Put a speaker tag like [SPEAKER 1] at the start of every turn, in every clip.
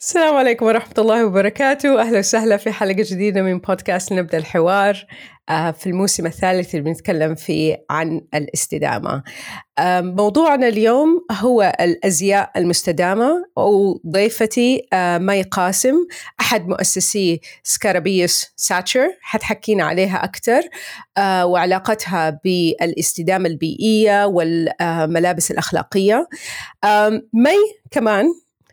[SPEAKER 1] السلام عليكم ورحمة الله وبركاته. أهلا وسهلا في حلقة جديدة من بودكاست نبدأ الحوار في الموسم الثالث اللي بنتكلم فيه عن الاستدامة. موضوعنا اليوم هو الأزياء المستدامة، وضيفتي مي قاسم أحد مؤسسي سكارابيوس ساتشر، حتحكينا عليها أكتر وعلاقتها بالاستدامة البيئية والملابس الأخلاقية. مي كمان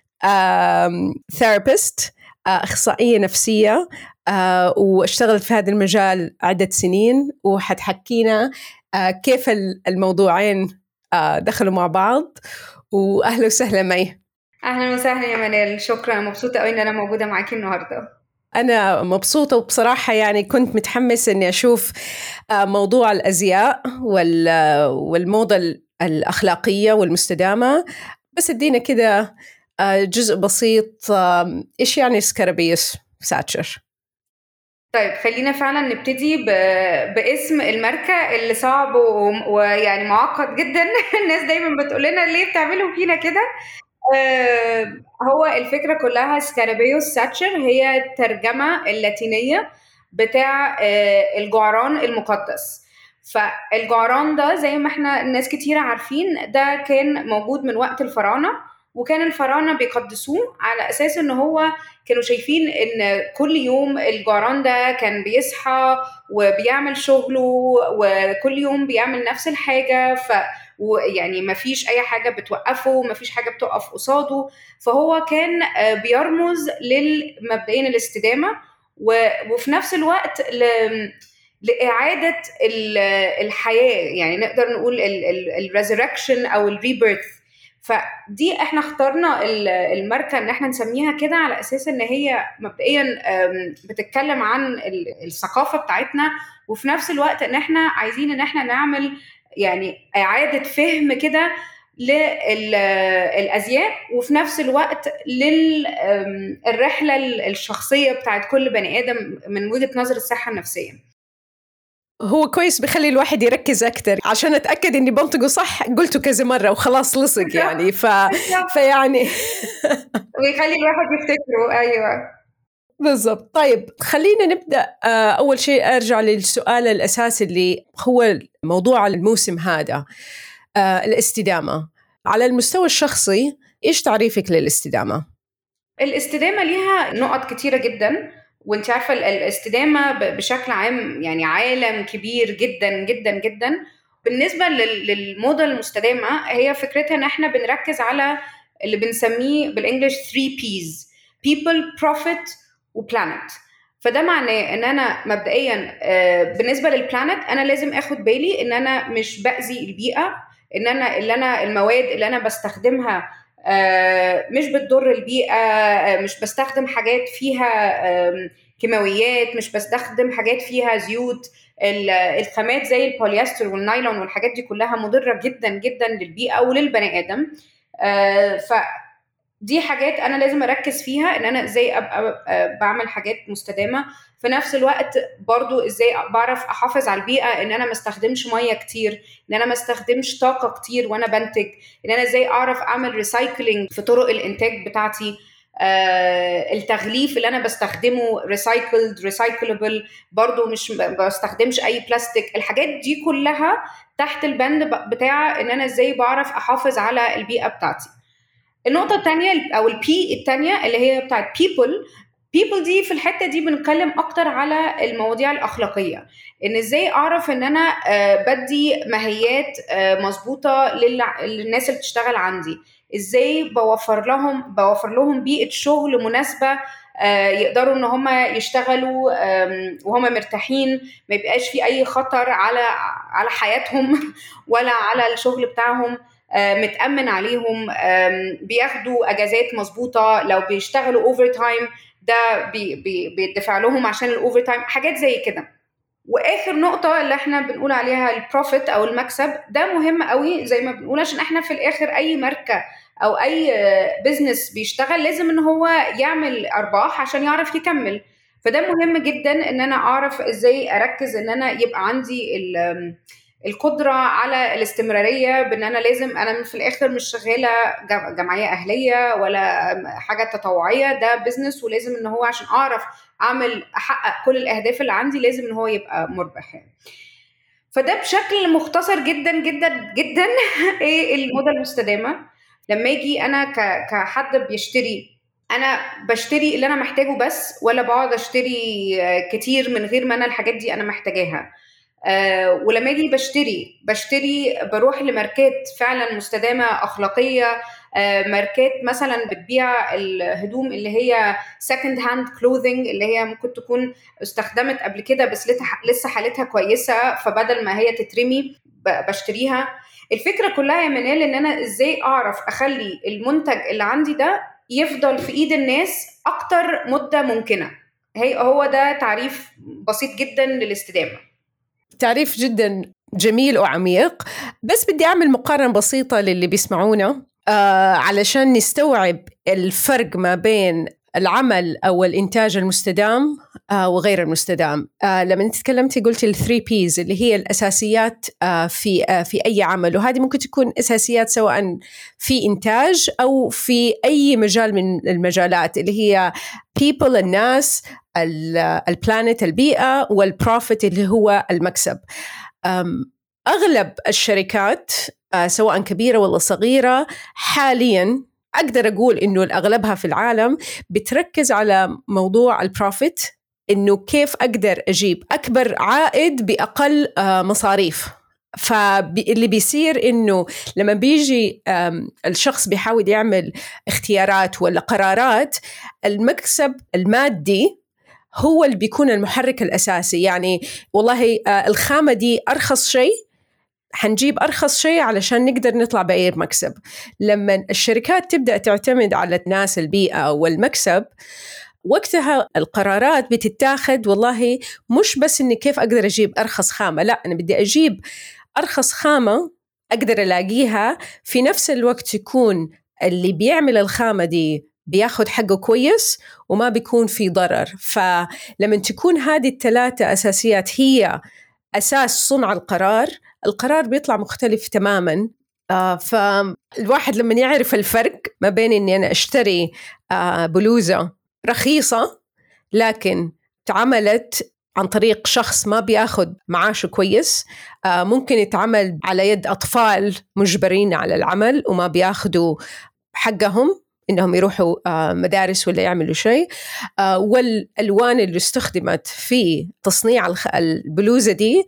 [SPEAKER 1] ثيرابيست، أخصائية نفسية، واشتغلت في هذا المجال عدة سنين، وحتحكينا كيف الموضوعين دخلوا مع بعض. وأهلا وسهلا مي.
[SPEAKER 2] أهلا وسهلا يا منال، شكرا، مبسوطة أوي إن أنا موجودة معاكي النهاردة.
[SPEAKER 1] أنا مبسوطة، وبصراحة يعني كنت متحمسة إني أشوف موضوع الأزياء والموضة الأخلاقية والمستدامة. بس ادينا كده جزء بسيط، إيش يعني سكارابيوس ساتشر؟
[SPEAKER 2] طيب خلينا فعلا نبتدي باسم الماركة اللي صعب ويعني معقد جدا. الناس دايما بتقول لنا ليه بتعملوا فينا كده. هو الفكرة كلها سكارابيوس ساتشر هي الترجمة اللاتينية بتاع الجعران المقدس. فالجعران ده زي ما احنا الناس كتير عارفين ده كان موجود من وقت الفراعنة، وكان الفراعنة بيقدسوه على أساس إن هو كانوا شايفين إن كل يوم الجعران ده كان بيصحى وبيعمل شغله، وكل يوم بيعمل نفس الحاجة، ويعني مفيش أي حاجة بتوقفه، مفيش حاجة بتقف قصاده. فهو كان بيرمز لمبدئيا الاستدامة، وفي نفس الوقت لإعادة الحياة، يعني نقدر نقول الريزركشن أو الريبيرث. فدي احنا اخترنا الماركة ان احنا نسميها كده على اساس ان هي مبدئيا بتتكلم عن الثقافة بتاعتنا، وفي نفس الوقت ان احنا عايزين ان احنا نعمل يعني اعادة فهم كده للأزياء، وفي نفس الوقت للرحلة الشخصية بتاعت كل بني آدم من وجهة نظر الصحة النفسية.
[SPEAKER 1] هو كويس، بخلي الواحد يركز أكتر عشان أتأكد إني بنطقه صح. قلته كذا مرة وخلاص لصق يعني فيعني
[SPEAKER 2] ويخلي الواحد يفتكره. أيوة
[SPEAKER 1] بالضبط. طيب خلينا نبدأ. أول شيء أرجع للسؤال الأساسي اللي هو موضوع الموسم هذا، الاستدامة. على المستوى الشخصي إيش تعريفك للاستدامة؟
[SPEAKER 2] الاستدامة ليها نقط كتيرة جدا، وانت عارفة الاستدامة بشكل عام يعني عالم كبير جدا جدا جدا. بالنسبة للموضة المستدامة، هي فكرتها ان احنا بنركز على اللي بنسميه بالانجليش 3 P's: people, profit وplanet. فده معناه ان انا مبدئيا بالنسبة للبلانت انا لازم اخد بالي ان انا مش بأذي البيئة، ان انا المواد اللي انا بستخدمها مش بتضر البيئة، مش بستخدم حاجات فيها كيماويات، مش بستخدم حاجات فيها زيوت. الخامات زي البوليستر والنايلون والحاجات دي كلها مضرة جدا جدا للبيئة وللبني آدم. فدي حاجات أنا لازم أركز فيها، إن أنا إزاي أبقى بعمل حاجات مستدامة. في نفس الوقت برضو إزاي بعرف أحافظ على البيئة، إن أنا ما استخدمش مية كتير، إن أنا ما استخدمش طاقة كتير وأنا بنتج، إن أنا إزاي أعرف أعمل ريسايكلينج في طرق الإنتاج بتاعتي. التغليف اللي أنا بستخدمه ريسايكلبل، برضو مش بستخدمش أي بلاستيك. الحاجات دي كلها تحت البند بتاع إن أنا إزاي بعرف أحافظ على البيئة بتاعتي. النقطة التانية أو البي التانية اللي هي بتاعت people دي، في الحتة دي بنتكلم أكتر على المواضيع الأخلاقية، إن إزاي أعرف إن أنا بدي ماهيات مظبوطة للناس اللي بتشتغل عندي، إزاي بوفر لهم بيئة شغل مناسبة، يقدروا إن هم يشتغلوا وهم مرتاحين، ما يبقاش في أي خطر على حياتهم ولا على الشغل بتاعهم، متأمن عليهم، بياخدوا أجازات مظبوطة، لو بيشتغلوا أوفر تايم ده بيدفع لهم عشان الأوفر تايم، حاجات زي كده. واخر نقطه اللي احنا بنقول عليها البروفيت او المكسب، ده مهم قوي زي ما بنقول، عشان احنا في الاخر اي ماركه او اي بيزنس بيشتغل لازم ان هو يعمل ارباح عشان يعرف يكمل. فده مهم جدا ان انا اعرف ازاي اركز ان انا يبقى عندي القدرة على الاستمرارية، بان انا لازم، انا في الاخر مش شغالة جمعية اهلية ولا حاجة تطوعية، ده بيزنس، ولازم ان هو عشان اعرف احقق كل الاهداف اللي عندي لازم ان هو يبقى مربح يعني. فده بشكل مختصر جدا جدا جدا ايه الموضة المستدامة. لما اجي انا كحد بيشتري، انا بشتري اللي انا محتاجه بس، ولا بقعد اشتري كتير من غير ما انا الحاجات دي انا محتاجاها؟ ولما اجي بشتري بروح لماركات فعلا مستدامة أخلاقية، ماركات مثلا بتبيع الهدوم اللي هي second hand clothing، اللي هي ممكن تكون استخدمت قبل كده بس لسه حالتها كويسة، فبدل ما هي تترمي بشتريها. الفكرة كلها يا منال ان انا ازاي اعرف اخلي المنتج اللي عندي ده يفضل في ايد الناس اكتر مدة ممكنة. هو ده تعريف بسيط جدا للاستدامة.
[SPEAKER 1] تعريف جدا جميل وعميق، بس بدي أعمل مقارنة بسيطة للي بيسمعونا علشان نستوعب الفرق ما بين العمل أو الإنتاج المستدام وغير المستدام. لما أنت تكلمتي قلتي الثري بيز اللي هي الأساسيات في أي عمل، وهذه ممكن تكون أساسيات سواء في إنتاج أو في أي مجال من المجالات، اللي هي people الناس، البلانت البيئة، والبروفيت اللي هو المكسب. أغلب الشركات سواء كبيرة ولا صغيرة حالياً أقدر أقول إنه الأغلبها في العالم بتركز على موضوع البروفيت، إنه كيف أقدر أجيب أكبر عائد بأقل مصاريف. فاللي بيصير إنه لما بيجي الشخص بيحاول يعمل اختيارات ولا قرارات، المكسب المادي هو اللي بيكون المحرك الأساسي. يعني والله الخامة دي أرخص شيء، حنجيب أرخص شيء علشان نقدر نطلع بأي مكسب. لما الشركات تبدأ تعتمد على الناس، البيئة والمكسب، وقتها القرارات بتتاخد والله مش بس إني كيف أقدر أجيب أرخص خامة، لا، أنا بدي أجيب أرخص خامة أقدر ألاقيها، في نفس الوقت يكون اللي بيعمل الخامة دي بياخد حقه كويس وما بيكون في ضرر. فلما تكون هذه الثلاثة أساسيات هي أساس صنع القرار بيطلع مختلف تماماً. فالواحد لما يعرف الفرق ما بين إني أنا أشتري بلوزة رخيصة لكن تعملت عن طريق شخص ما بياخد معاشه كويس، ممكن يتعمل على يد أطفال مجبرين على العمل وما بياخدوا حقهم إنهم يروحوا مدارس ولا يعملوا شيء، والألوان اللي استخدمت في تصنيع البلوزة دي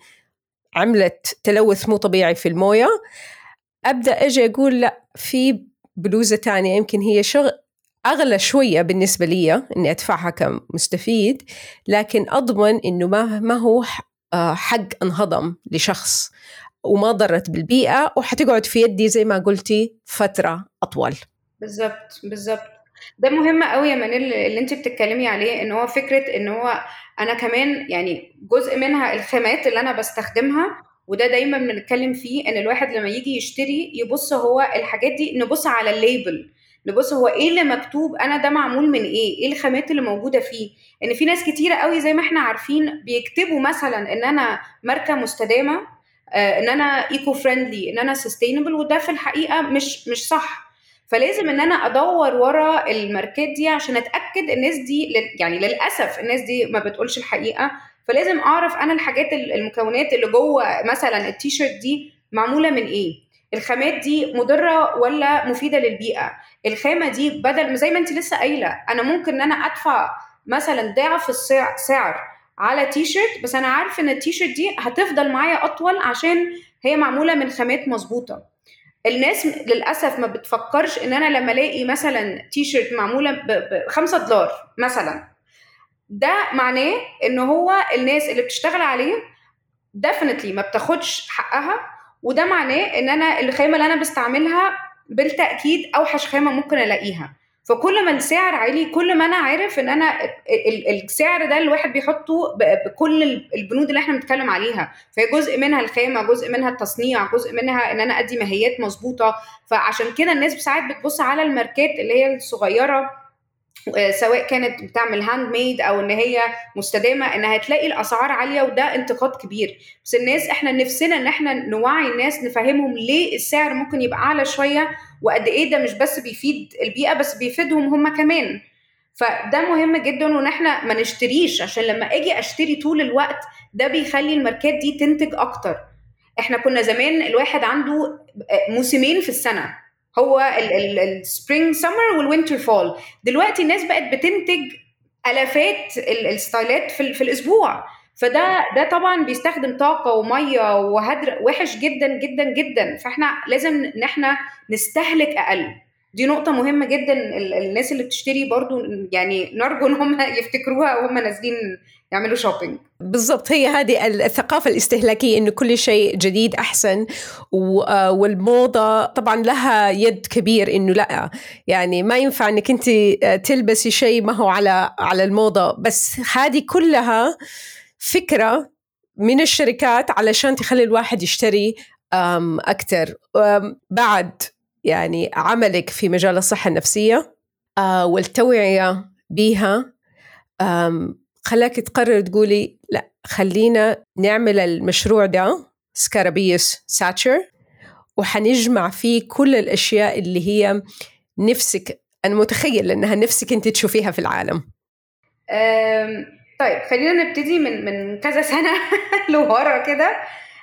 [SPEAKER 1] عملت تلوث مو طبيعي في الموية. أبدأ أجي أقول لا، في بلوزة تانية يمكن هي أغلى شوية بالنسبة لي إني أدفعها كمستفيد، لكن أضمن إنه ما هو حق انهضم لشخص وما ضرت بالبيئة، وحتقعد في يدي زي ما قلتي فترة أطول.
[SPEAKER 2] بالضبط. ده مهم قوي يا منال اللي انت بتتكلمي عليه، ان هو فكرة ان هو انا كمان يعني جزء منها الخامات اللي انا بستخدمها، وده دايما بنتكلم فيه، ان الواحد لما يجي يشتري يبص هو الحاجات دي، نبص على الليبل، نبص هو ايه اللي مكتوب، انا ده معمول من ايه الخامات اللي موجودة فيه. ان في ناس كتيرة قوي زي ما احنا عارفين بيكتبوا مثلا ان انا ماركة مستدامة، ان انا ايكو فريندلي، ان انا سستينبل، وده في الحقيقة مش صح. فلازم ان انا ادور ورا الماركات دي عشان اتاكد الناس دي يعني للاسف الناس دي ما بتقولش الحقيقه. فلازم اعرف انا الحاجات المكونات اللي جوه مثلا التيشيرت دي معموله من ايه، الخامات دي مضره ولا مفيده للبيئه، الخامه دي بدل زي ما انت لسه قايله انا ممكن ان انا ادفع مثلا ضعف السعر على تيشيرت، بس انا عارف ان التيشيرت دي هتفضل معايا اطول عشان هي معموله من خامات مظبوطه. الناس للأسف ما بتفكرش إن أنا لما ألاقي مثلا تيشيرت معمولة $5 مثلا، ده معناه إن هو الناس اللي بتشتغل عليه definitely ما بتاخدش حقها، وده معناه إن أنا الخامة اللي أنا بستعملها بالتأكيد أوحش خامة ممكن ألاقيها. فكل ما السعر عالي كل ما أنا عارف إن أنا السعر ده الواحد بيحطه بكل البنود اللي احنا بنتكلم عليها، فهي جزء منها الخامة، جزء منها التصنيع، جزء منها إن أنا أدي ماهيات مظبوطة. فعشان كده الناس ساعات بتبص على الماركات اللي هي الصغيرة سواء كانت بتعمل هاند ميد او ان هي مستدامه، ان هتلاقي الاسعار عاليه، وده انتقاد كبير. بس الناس احنا نفسنا ان احنا نوعي الناس، نفهمهم ليه السعر ممكن يبقى اعلى شويه، وقد ايه ده مش بس بيفيد البيئه بس بيفيدهم هم كمان. فده مهم جدا، وان احنا ما نشتريش عشان لما اجي اشتري طول الوقت، ده بيخلي الماركات دي تنتج اكتر. احنا كنا زمان الواحد عنده موسمين في السنه، هو السبرينج سمر والوينتر فول. دلوقتي الناس بقت بتنتج الافات الستايلات في الاسبوع، فده طبعا بيستخدم طاقه وميه وهدر وحش جدا جدا جدا. فاحنا لازم ان احنا نستهلك اقل. دي نقطة مهمة جدا، الناس اللي بتشتري برضو يعني نرجو ان هم يفتكروها وهم نازلين يعملوا شوبينج.
[SPEAKER 1] بالضبط، هي هذه الثقافة الاستهلاكية، إنه كل شيء جديد أحسن. والموضة طبعا لها يد كبير، إنه لا يعني ما ينفع إنك أنت تلبسي شيء ما هو على الموضة. بس هذه كلها فكرة من الشركات علشان تخلي الواحد يشتري أكتر. بعد يعني عملك في مجال الصحة النفسية والتوعية بيها خلاك تقرر تقولي لا، خلينا نعمل المشروع ده سكارابيوس ساتشر، وحنجمع فيه كل الأشياء اللي هي نفسك، أنا متخيل أنها نفسك أنت تشوفيها في العالم.
[SPEAKER 2] طيب خلينا نبتدي من كذا سنة لورا كده.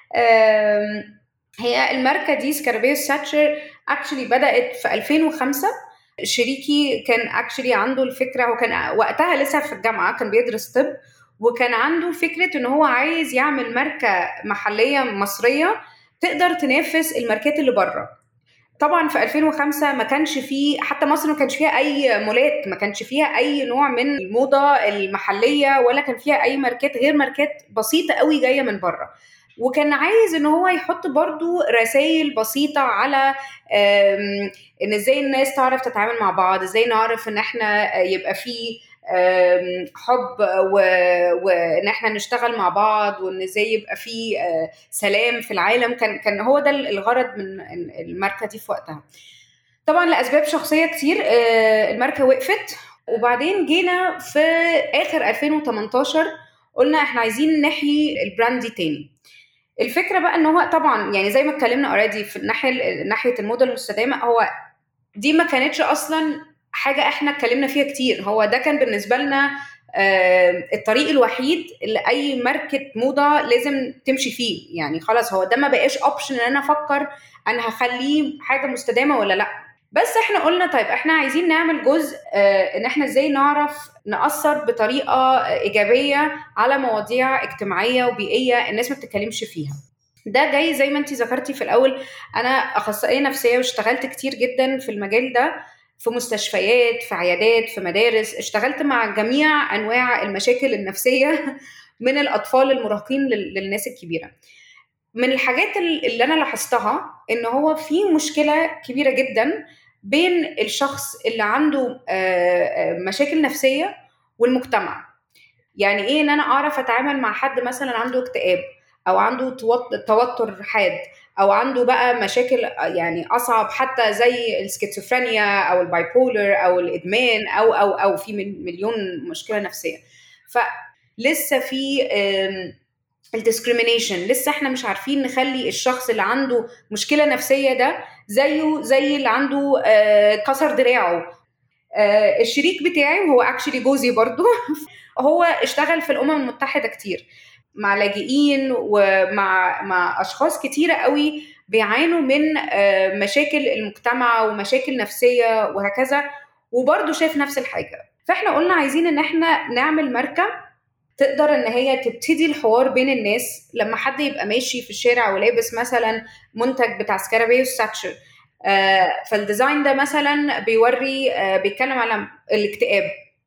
[SPEAKER 2] هي الماركة دي سكارابيوس ساتشر اكشلي بدأت في 2005. شريكي كان اكشلي عنده الفكرة، هو كان وقتها لسه في الجامعة، كان بيدرس طب، وكان عنده فكرة ان هو عايز يعمل ماركة محلية مصرية تقدر تنافس الماركات اللي بره. طبعا في 2005 ما كانش فيه، حتى مصر ما كانش فيها اي مولات، ما كانش فيها اي نوع من الموضة المحلية، ولا كان فيها اي ماركات غير ماركات بسيطة قوي جاية من بره. وكان عايز ان هو يحط برضو رسائل بسيطة على ان ازاي الناس تعرف تتعامل مع بعض، ازاي نعرف ان احنا يبقى فيه حب وان احنا نشتغل مع بعض، وان ازاي يبقى فيه سلام في العالم. كان هو ده الغرض من الماركة دي في وقتها. طبعا لأسباب شخصية كتير الماركة وقفت، وبعدين جينا في آخر 2018 قلنا احنا عايزين نحيي البراند دي تاني. الفكرة بقى ان هو طبعا يعني زي ما اتكلمنا اوريدي في ناحية الموضة المستدامة، هو دي ما كانتش اصلا حاجة احنا اتكلمنا فيها كتير، هو ده كان بالنسبة لنا الطريق الوحيد اللي اي ماركة موضة لازم تمشي فيه. يعني خلاص هو ده ما بقاش اوبشن ان انا افكر انا هخليه حاجة مستدامة ولا لا. بس احنا قلنا طيب احنا عايزين نعمل جزء ان احنا ازاي نعرف نأثر بطريقة ايجابية على مواضيع اجتماعية وبيئية الناس ما بتتكلمش فيها. ده جاي زي ما انتي ذكرتي في الاول، انا اخصائية نفسية واشتغلت كتير جدا في المجال ده، في مستشفيات، في عيادات، في مدارس، اشتغلت مع جميع انواع المشاكل النفسية من الاطفال المراهقين للناس الكبيرة. من الحاجات اللي انا لاحظتها ان هو في مشكلة كبيرة جدا بين الشخص اللي عنده مشاكل نفسية والمجتمع. يعني ايه ان انا اعرف اتعامل مع حد مثلا عنده اكتئاب، او عنده توتر حاد، او عنده بقى مشاكل يعني اصعب حتى زي السكيزوفرينيا او البايبولر او الادمان او في مليون مشكلة نفسية. فلسه في الديسكريمينيشن، لسه احنا مش عارفين نخلي الشخص اللي عنده مشكلة نفسية ده زيه زي اللي عنده كسر دراعه. الشريك بتاعي وهو اكشلي جوزي برضو هو اشتغل في الامم المتحدة كتير مع لاجئين ومع اشخاص كتيرة قوي بيعانوا من مشاكل المجتمع ومشاكل نفسية وهكذا، وبرضو شايف نفس الحاجة. فاحنا قلنا عايزين ان احنا نعمل ماركة تقدر ان هي تبتدي الحوار بين الناس. لما حد يبقى ماشي في الشارع ولابس مثلا منتج بتاع سكارابيوس ساتشر، فالديزاين ده مثلا بيوري بيتكلم على الاكتئاب،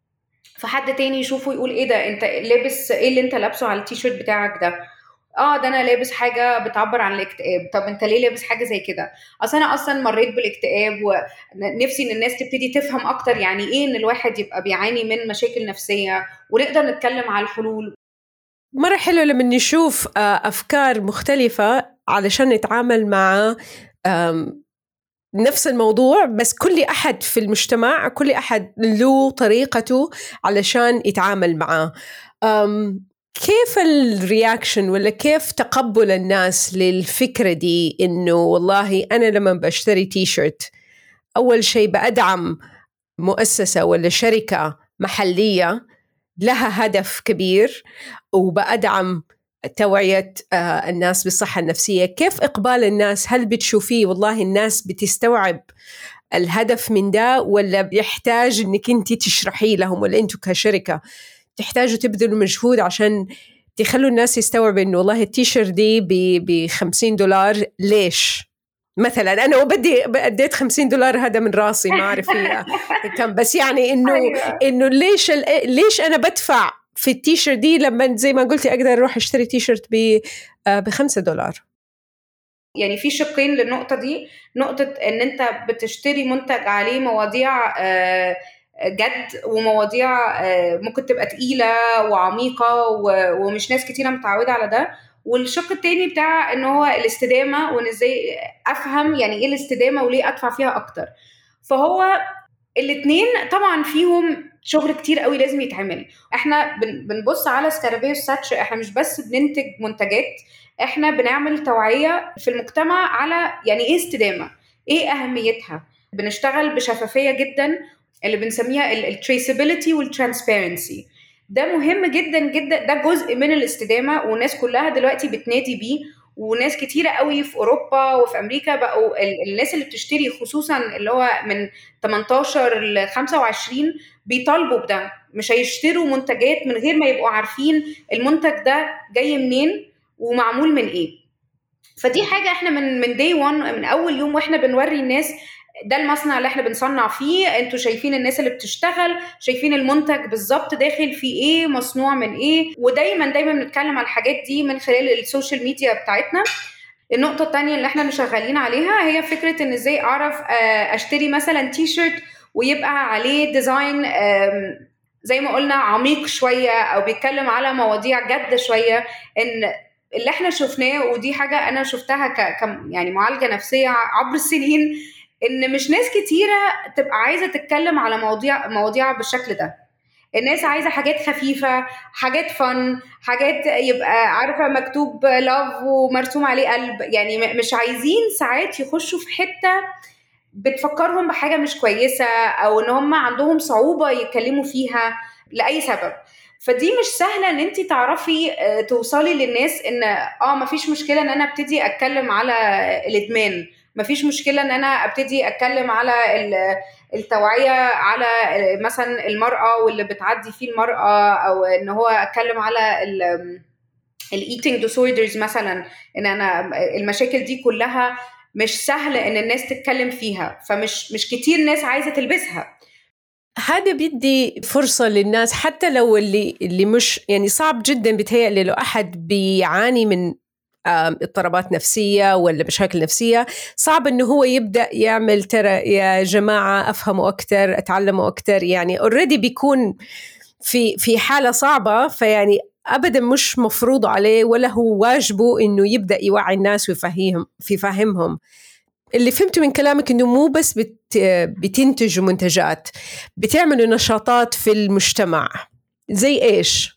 [SPEAKER 2] فحد تاني يشوفه يقول ايه ده، انت لابس ايه اللي انت لابسه على التيشيرت بتاعك ده؟ ده انا لابس حاجه بتعبر عن الاكتئاب. طب انت ليه لابس حاجه زي كده؟ انا اصلا مريت بالاكتئاب، ونفسي ان الناس تبتدي تفهم اكتر يعني ايه ان الواحد يبقى بيعاني من مشاكل نفسيه، ونقدر نتكلم على الحلول.
[SPEAKER 1] مرة حلو لما نشوف أفكار مختلفة علشان نتعامل مع نفس الموضوع، بس كل أحد في المجتمع كل أحد له طريقته علشان يتعامل معاه. كيف الرياكشن ولا كيف تقبل الناس للفكرة دي إنه والله أنا لما بشتري تيشيرت أول شيء بأدعم مؤسسة ولا شركة محلية لها هدف كبير، وبأدعم توعية الناس بالصحة النفسية. كيف إقبال الناس؟ هل بتشوفيه والله الناس بتستوعب الهدف من ده، ولا بيحتاج إنك أنت تشرحي لهم، ولا أنتوا كشركة تحتاجوا تبذلوا مجهود عشان تخلوا الناس يستوعبوا إنه والله التيشيرت دي $50 ليش؟ مثلا أنا أديت $50 هذا من راسي، ما أعرف هي كم، بس يعني إنه ليش أنا بدفع في التيشيرت دي لما زي ما قلتي أقدر أروح أشتري تيشيرت $5.
[SPEAKER 2] يعني في شقين للنقطة دي. نقطة إن أنت بتشتري منتج عليه مواضيع جد، ومواضيع ممكن تبقى تقيلة وعميقة ومش ناس كتيرة متعودة على ده. والشق التاني بتاع إن هو الاستدامة، وإن إزاي أفهم يعني إيه الاستدامة وليه أدفع فيها أكتر. فهو الاتنين طبعا فيهم شغل كتير قوي لازم يتعمل. احنا بنبص على سكارابيوس ساتش، احنا مش بس بننتج منتجات، احنا بنعمل توعية في المجتمع على يعني ايه استدامة، ايه اهميتها. بنشتغل بشفافية جدا، اللي بنسميها التريسابيليتي والترانسبيرنسي. ده مهم جدا جدا، ده جزء من الاستدامة، والناس كلها دلوقتي بتنادي بيه. وناس كتيرة قوي في أوروبا وفي أمريكا بقوا الناس اللي بتشتري، خصوصا اللي هو من 18 ل 25، بيطالبوا بده. مش هيشتروا منتجات من غير ما يبقوا عارفين المنتج ده جاي منين ومعمول من ايه. فدي حاجة احنا من day one، من أول يوم واحنا بنوري الناس ده المصنع اللي احنا بنصنع فيه، انتوا شايفين الناس اللي بتشتغل، شايفين المنتج بالظبط داخل فيه ايه، مصنوع من ايه. ودايما بنتكلم على الحاجات دي من خلال السوشيال ميديا بتاعتنا. النقطة التانية اللي احنا شغالين عليها هي فكرة ان ازاي اعرف اشتري مثلا تي شيرت ويبقى عليه ديزاين زي ما قلنا عميق شوية، او بيتكلم على مواضيع جد شوية. ان اللي احنا شفناه، ودي حاجة انا شفتها يعني معالجة نفسية عبر السنين، ان مش ناس كتيرة تبقى عايزة تتكلم على مواضيع بالشكل ده. الناس عايزة حاجات خفيفة، حاجات فن، حاجات يبقى عارفة مكتوب لاف ومرسوم عليه قلب. يعني مش عايزين ساعات يخشوا في حتة بتفكرهم بحاجة مش كويسة، او ان هم عندهم صعوبة يتكلموا فيها لأي سبب. فدي مش سهلة ان انتي تعرفي توصلي للناس ان مفيش مشكلة ان انا ابتدي اتكلم على الادمان، مفيش مشكلة ان انا ابتدي اتكلم على التوعية على مثلا المرأة واللي بتعدي فيه المرأة، او ان هو اتكلم على الايتنج disorders مثلا. ان انا المشاكل دي كلها مش سهل ان الناس تتكلم فيها، مش كتير ناس عايزة تلبسها.
[SPEAKER 1] هذا بيدي فرصة للناس، حتى لو اللي مش يعني صعب جدا بيتهيألي لو أحد بيعاني من اضطرابات نفسية ولا مشاكل نفسية، صعب إنه هو يبدأ يعمل ترى يا جماعة أفهموا أكتر أتعلموا أكتر، يعني already بيكون في حالة صعبة. فيعني أبدا مش مفروض عليه ولا هو واجبه إنه يبدأ يوعي الناس ويفهمهم. اللي فهمته من كلامك إنه مو بس بتنتجوا منتجات، بتعملوا نشاطات في المجتمع. زي إيش؟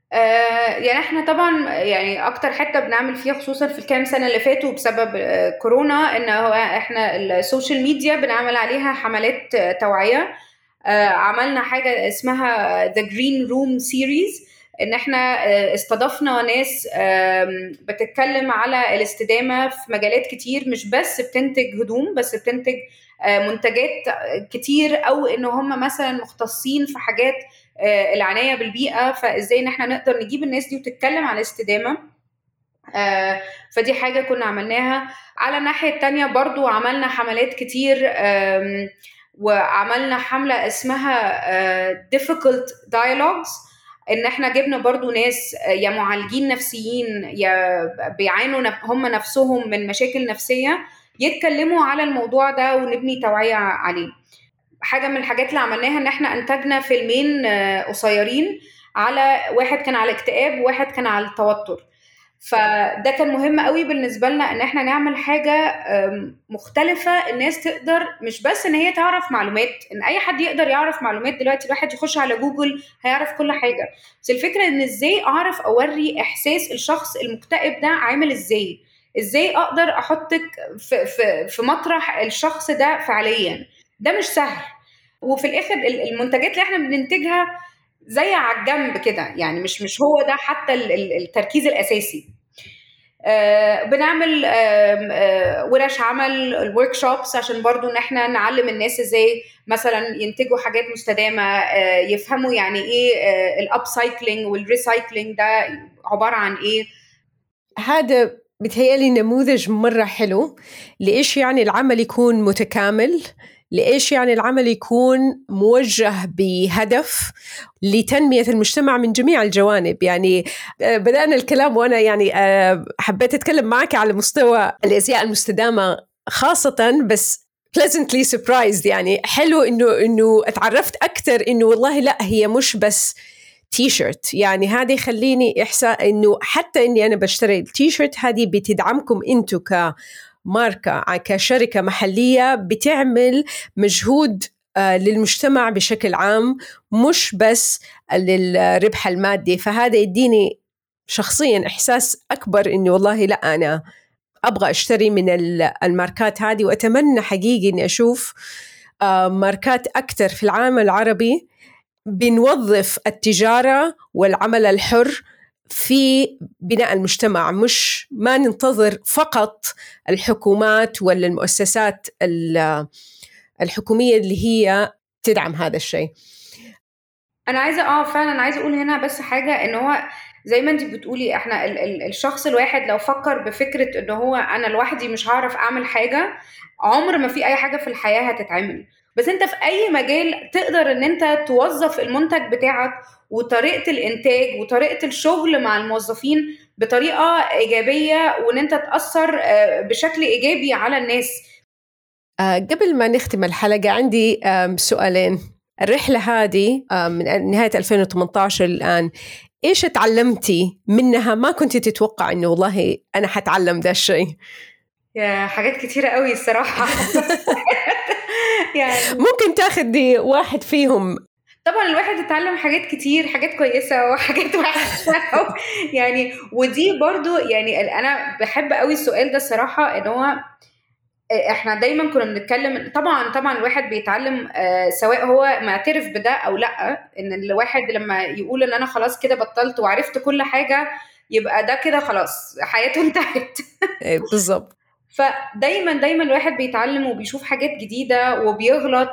[SPEAKER 2] يعني احنا طبعا يعني اكتر حته بنعمل فيها خصوصا في الكام سنه اللي فاتوا بسبب كورونا، ان هو احنا السوشيال ميديا بنعمل عليها حملات توعيه. عملنا حاجه اسمها The Green Room Series، ان احنا استضفنا ناس بتتكلم على الاستدامه في مجالات كتير، مش بس بتنتج هدوم، بس بتنتج منتجات كتير، او ان هم مثلا مختصين في حاجات العناية بالبيئة. فإزاي إن احنا نقدر نجيب الناس دي وتتكلم على الاستدامة. فدي حاجة كنا عملناها. على الناحية التانية برضو عملنا حملات كتير، وعملنا حملة اسمها difficult dialogues، ان احنا جبنا برضو ناس يا معالجين نفسيين يا بيعانوا هم نفسهم من مشاكل نفسية، يتكلموا على الموضوع ده ونبني توعية عليه. حاجة من الحاجات اللي عملناها ان احنا انتجنا فيلمين قصيرين، على واحد كان على الاكتئاب وواحد كان على التوتر. فده كان مهم قوي بالنسبة لنا ان احنا نعمل حاجة مختلفة، الناس تقدر مش بس ان هي تعرف معلومات، ان اي حد يقدر يعرف معلومات دلوقتي، الواحد يخش على جوجل هيعرف كل حاجة، بس الفكرة ان ازاي اعرف اوري احساس الشخص المكتئب ده عامل ازاي اقدر احطك في مطرح الشخص ده فعليا. ده مش سهل. وفي الاخر المنتجات اللي احنا بننتجها زي على الجنب كده، يعني مش هو ده حتى التركيز الاساسي. بنعمل ورش عمل، الورك شوبس، عشان برضو ان احنا نعلم الناس ازاي مثلا ينتجوا حاجات مستدامه، يفهموا يعني ايه الاب سايكلينج والريسايكلينج ده عباره عن ايه.
[SPEAKER 1] هذا بتهيألي نموذج مرة حلو لإيش يعني العمل يكون متكامل، لإيش يعني العمل يكون موجه بهدف لتنمية المجتمع من جميع الجوانب. يعني بدأنا الكلام وأنا يعني حبيت أتكلم معك على مستوى الأزياء المستدامة خاصة، بس pleasantly surprised، يعني حلو إنه اتعرفت أكتر إنه والله لا، هي مش بس تي شيرت. يعني هذا يخليني إحساس إنه حتى إني أنا بشتري التي شيرت هذه بتدعمكم أنتوا كماركة، كشركة محلية بتعمل مجهود للمجتمع بشكل عام، مش بس للربح المادي. فهذا يديني شخصيا إحساس أكبر إنه والله لا، أنا أبغى أشتري من الماركات هذه، وأتمنى حقيقي إني أشوف ماركات أكتر في العالم العربي بنوظف التجارة والعمل الحر في بناء المجتمع، مش ما ننتظر فقط الحكومات ولا المؤسسات الحكومية اللي هي تدعم هذا الشيء.
[SPEAKER 2] انا عايزه فعلا عايزه اقول هنا بس حاجه، ان هو زي ما انت بتقولي، احنا الشخص الواحد لو فكر بفكره ان هو انا لوحدي مش هعرف اعمل حاجه، عمر ما في اي حاجه في الحياه هتتعمل. بس انت في اي مجال تقدر ان انت توظف المنتج بتاعك وطريقه الانتاج وطريقه الشغل مع الموظفين بطريقه ايجابيه، وان انت تاثر بشكل ايجابي على الناس.
[SPEAKER 1] قبل ما نختم الحلقة عندي سؤالين. الرحلة هذه من نهاية 2018 الآن، إيش تعلمتي منها ما كنت تتوقع إنه والله أنا حتعلم ده الشيء؟
[SPEAKER 2] يا حاجات كتيرة قوي الصراحة.
[SPEAKER 1] يعني ممكن تاخدي واحد فيهم.
[SPEAKER 2] طبعا الواحد يتعلم حاجات كتير، حاجات كويسة وحاجات وحشة يعني. ودي برضو يعني أنا بحب قوي السؤال ده الصراحة، إن هو احنا دايما كنا بنتكلم، طبعا الواحد بيتعلم سواء هو معترف بده او لا، ان الواحد لما يقول ان انا خلاص كده بطلت وعرفت كل حاجة، يبقى ده كده خلاص حياته انتهت.
[SPEAKER 1] بالظبط.
[SPEAKER 2] فدايما الواحد بيتعلم وبيشوف حاجات جديدة وبيغلط،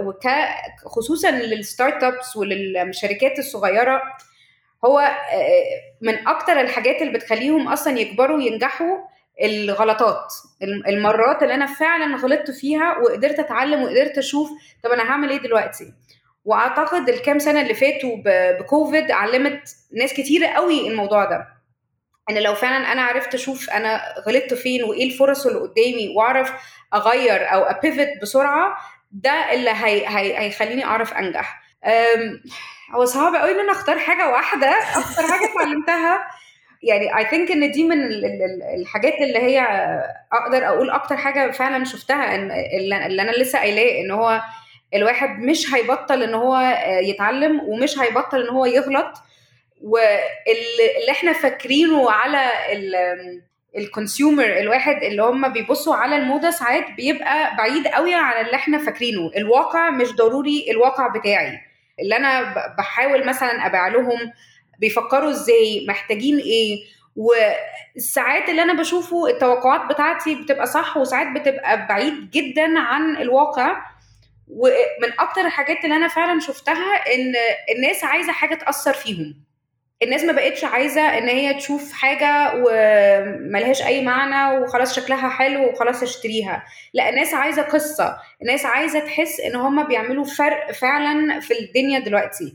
[SPEAKER 2] خصوصا للستارت ابس وللشركات الصغيرة، هو من اكتر الحاجات اللي بتخليهم اصلا يكبروا وينجحوا الغلطات، المرات اللي انا فعلا غلطت فيها وقدرت اتعلم وقدرت اشوف طب انا هعمل ايه دلوقتي. واعتقد الكام سنة اللي فاتوا بكوفيد علمت ناس كتير قوي الموضوع ده، ان لو فعلا انا عرفت اشوف انا غلطت فين وايه الفرص اللي قدامي واعرف اغير او ابيفت بسرعه، ده اللي هيخليني اعرف انجح. هو صعب قوي ان انا اختار حاجه واحده اكتر حاجه اتعلمتها. يعني I think ان دي من الحاجات اللي هي اقدر اقول اكتر حاجه فعلا شفتها، ان اللي انا لسه قايلاه، ان هو الواحد مش هيبطل ان هو يتعلم ومش هيبطل ان هو يغلط. واللي احنا فاكرينه على الكونسيومر، الواحد اللي هم بيبصوا على الموضة ساعات بيبقى بعيد قوي عن اللي احنا فاكرينه. الواقع مش ضروري الواقع بتاعي اللي انا بحاول مثلا ابيع لهم، بيفكروا ازاي، محتاجين ايه. والساعات اللي انا بشوفه التوقعات بتاعتي بتبقى صح، وساعات بتبقى بعيد جدا عن الواقع. ومن اكتر الحاجات اللي انا فعلا شفتها ان الناس عايزة حاجة تأثر فيهم. الناس ما بقتش عايزة ان هي تشوف حاجة وملهاش اي معنى وخلاص شكلها حلو وخلاص اشتريها. لا، الناس عايزة قصة، الناس عايزة تحس ان هم بيعملوا فرق فعلا في الدنيا دلوقتي.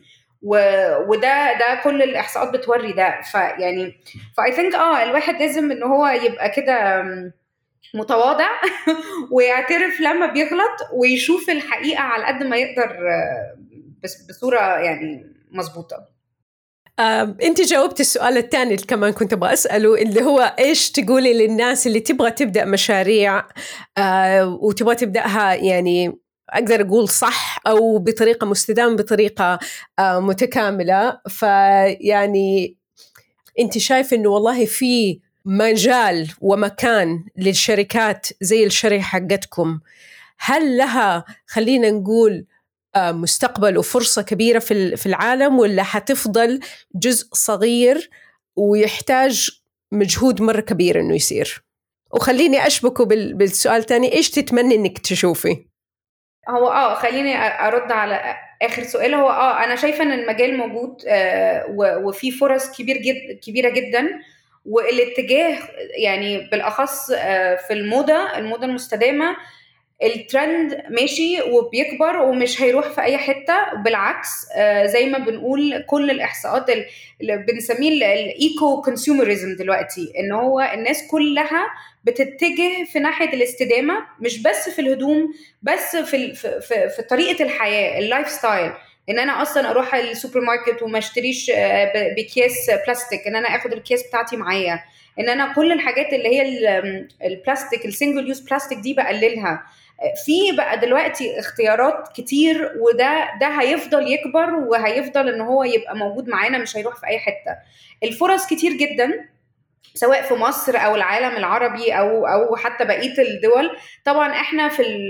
[SPEAKER 2] وده كل الاحصاءات بتوري ده. فيعني I think الواحد لازم ان هو يبقى كده متواضع ويعترف لما بيغلط ويشوف الحقيقة على قد ما يقدر بصورة يعني مظبوطة.
[SPEAKER 1] أنت جاوبت السؤال الثاني اللي كمان كنت أبغى أسأله، اللي هو إيش تقولي للناس اللي تبغى تبدأ مشاريع وتبغى تبدأها، يعني أقدر أقول صح أو بطريقة مستدامة، بطريقة متكاملة. فيعني أنت شايف إنه والله في مجال ومكان للشركات زي الشركة حقتكم، هل لها خلينا نقول مستقبل وفرصة كبيرة في العالم، ولا حتفضل جزء صغير ويحتاج مجهود مرة كبير إنه يصير؟ وخليني أشبكه بالسؤال الثاني، إيش تتمنى إنك تشوفي؟
[SPEAKER 2] هو خليني ارد على اخر سؤال. هو انا شايفه ان المجال موجود، وفي فرص كبيره جدا، والاتجاه يعني بالاخص في الموضه المستدامه، الترند ماشي وبيكبر ومش هيروح في اي حته. بالعكس، زي ما بنقول كل الاحصاءات اللي بنسميه الايكو كونسيومرزم دلوقتي، ان هو الناس كلها بتتجه في ناحيه الاستدامه، مش بس في الهدوم، بس في طريقه الحياه، اللايف ستايل. ان انا اصلا اروح السوبر ماركت وما اشتريش بكياس بلاستيك، ان انا اخد الكيس بتاعتي معايا، ان انا كل الحاجات اللي هي البلاستيك، السنجل يوز بلاستيك دي بقللها. في بقى دلوقتي اختيارات كتير، وده هيفضل يكبر وهيفضل ان هو يبقى موجود معانا، مش هيروح في اي حتة. الفرص كتير جدا، سواء في مصر او العالم العربي او حتى بقيه الدول. طبعا احنا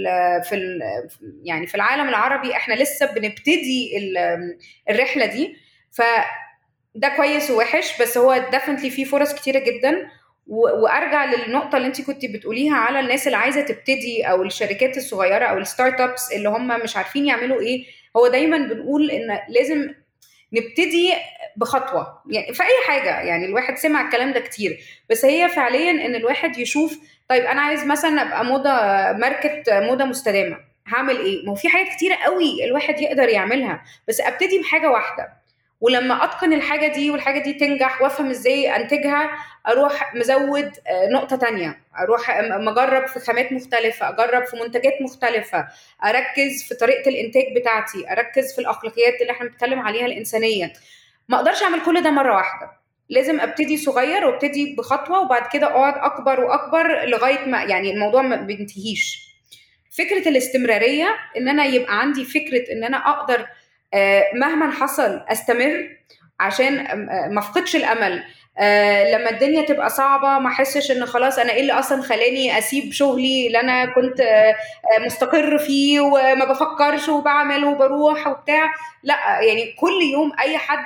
[SPEAKER 2] يعني في العالم العربي احنا لسه بنبتدي الرحله دي، فده كويس ووحش، بس هو definitely في فرص كتيره جدا. وارجع للنقطه اللي انت كنتي بتقوليها على الناس اللي عايزه تبتدي، او الشركات الصغيره او الستارت ابس اللي هم مش عارفين يعملوا ايه. هو دايما بنقول ان لازم نبتدي بخطوه، يعني في اي حاجه. يعني الواحد سمع الكلام ده كتير، بس هي فعليا ان الواحد يشوف، طيب انا عايز مثلا ابقى ماركه موضه مستدامه، هعمل ايه؟ ما هو في حاجات كتيره قوي الواحد يقدر يعملها، بس ابتدي بحاجه واحده، ولما اتقن الحاجه دي والحاجه دي تنجح وافهم ازاي انتجها، اروح مزود نقطه تانية، اروح مجرب في خامات مختلفه، اجرب في منتجات مختلفه، اركز في طريقه الانتاج بتاعتي، اركز في الاخلاقيات اللي احنا بنتكلم عليها الانسانيه. ما اقدرش اعمل كل ده مره واحده، لازم ابتدي صغير وابتدي بخطوه، وبعد كده اقعد اكبر واكبر لغايه ما يعني الموضوع ما بينتهيش. فكره الاستمراريه، ان انا يبقى عندي فكره ان انا اقدر مهما حصل استمر، عشان ما افقدش الامل. لما الدنيا تبقى صعبه ما احسش ان خلاص انا ايه اللي اصلا خلاني اسيب شغلي اللي انا كنت مستقر فيه وما بفكرش وبعمل وبروح وبتاع. لا، يعني كل يوم اي حد،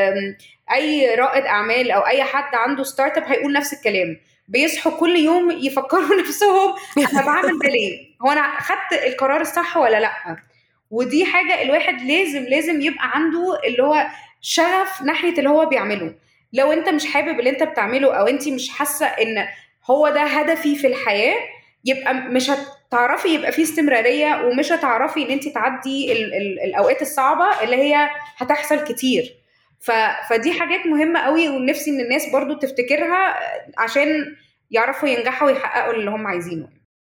[SPEAKER 2] اي رائد اعمال او اي حد عنده ستارت اب هيقول نفس الكلام. بيصحوا كل يوم يفكروا نفسهم انا بعمل ده ليه؟ هو انا خدت القرار الصح ولا لا؟ ودي حاجه الواحد لازم يبقى عنده، اللي هو شغف ناحيه اللي هو بيعمله. لو انت مش حابب اللي انت بتعمله، او انت مش حاسه ان هو ده هدفي في الحياه، يبقى مش هتعرفي يبقى فيه استمراريه، ومش هتعرفي ان انت تعدي الاوقات الصعبه اللي هي هتحصل كتير. فدي حاجات مهمه قوي، ونفسي ان الناس برضو تفتكرها عشان يعرفوا ينجحوا ويحققوا اللي هم عايزينه.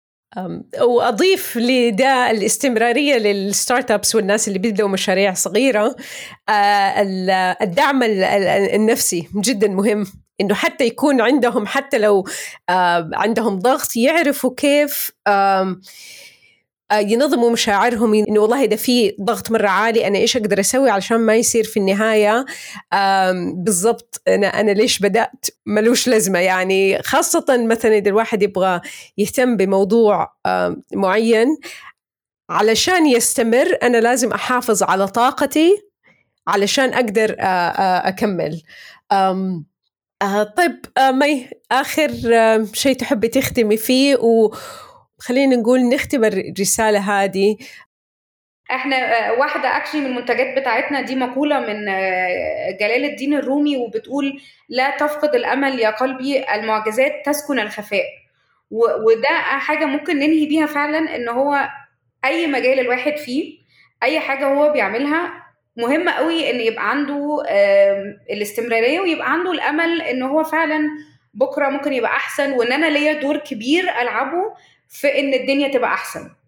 [SPEAKER 1] وأضيف لده الاستمرارية للستارت أبس والناس اللي بيبدأوا مشاريع صغيرة. الدعم النفسي جدا مهم، إنه حتى يكون عندهم، حتى لو عندهم ضغط، يعرفوا كيف ينظموا مشاعرهم، إنه والله إذا في ضغط مرة عالي أنا إيش أقدر أسوي علشان ما يصير في النهاية بالضبط أنا ليش بدأت ملوش لازمة. يعني خاصة مثلا إذا الواحد يبغى يهتم بموضوع معين علشان يستمر، أنا لازم أحافظ على طاقتي علشان أقدر أكمل. طيب مي، آخر شيء تحبي تختمي فيه، وخلينا نقول نختم الرسالة هذه.
[SPEAKER 2] احنا واحدة اكشلي من المنتجات بتاعتنا دي مقولة من جلال الدين الرومي، وبتقول لا تفقد الامل يا قلبي، المعجزات تسكن الخفاء. وده حاجة ممكن ننهي بيها فعلا، ان هو اي مجال الواحد فيه، اي حاجة هو بيعملها، مهم قوي ان يبقى عنده الاستمرارية، ويبقى عنده الامل ان هو فعلا بكرة ممكن يبقى احسن، وان انا ليا دور كبير العبه في ان الدنيا تبقى احسن.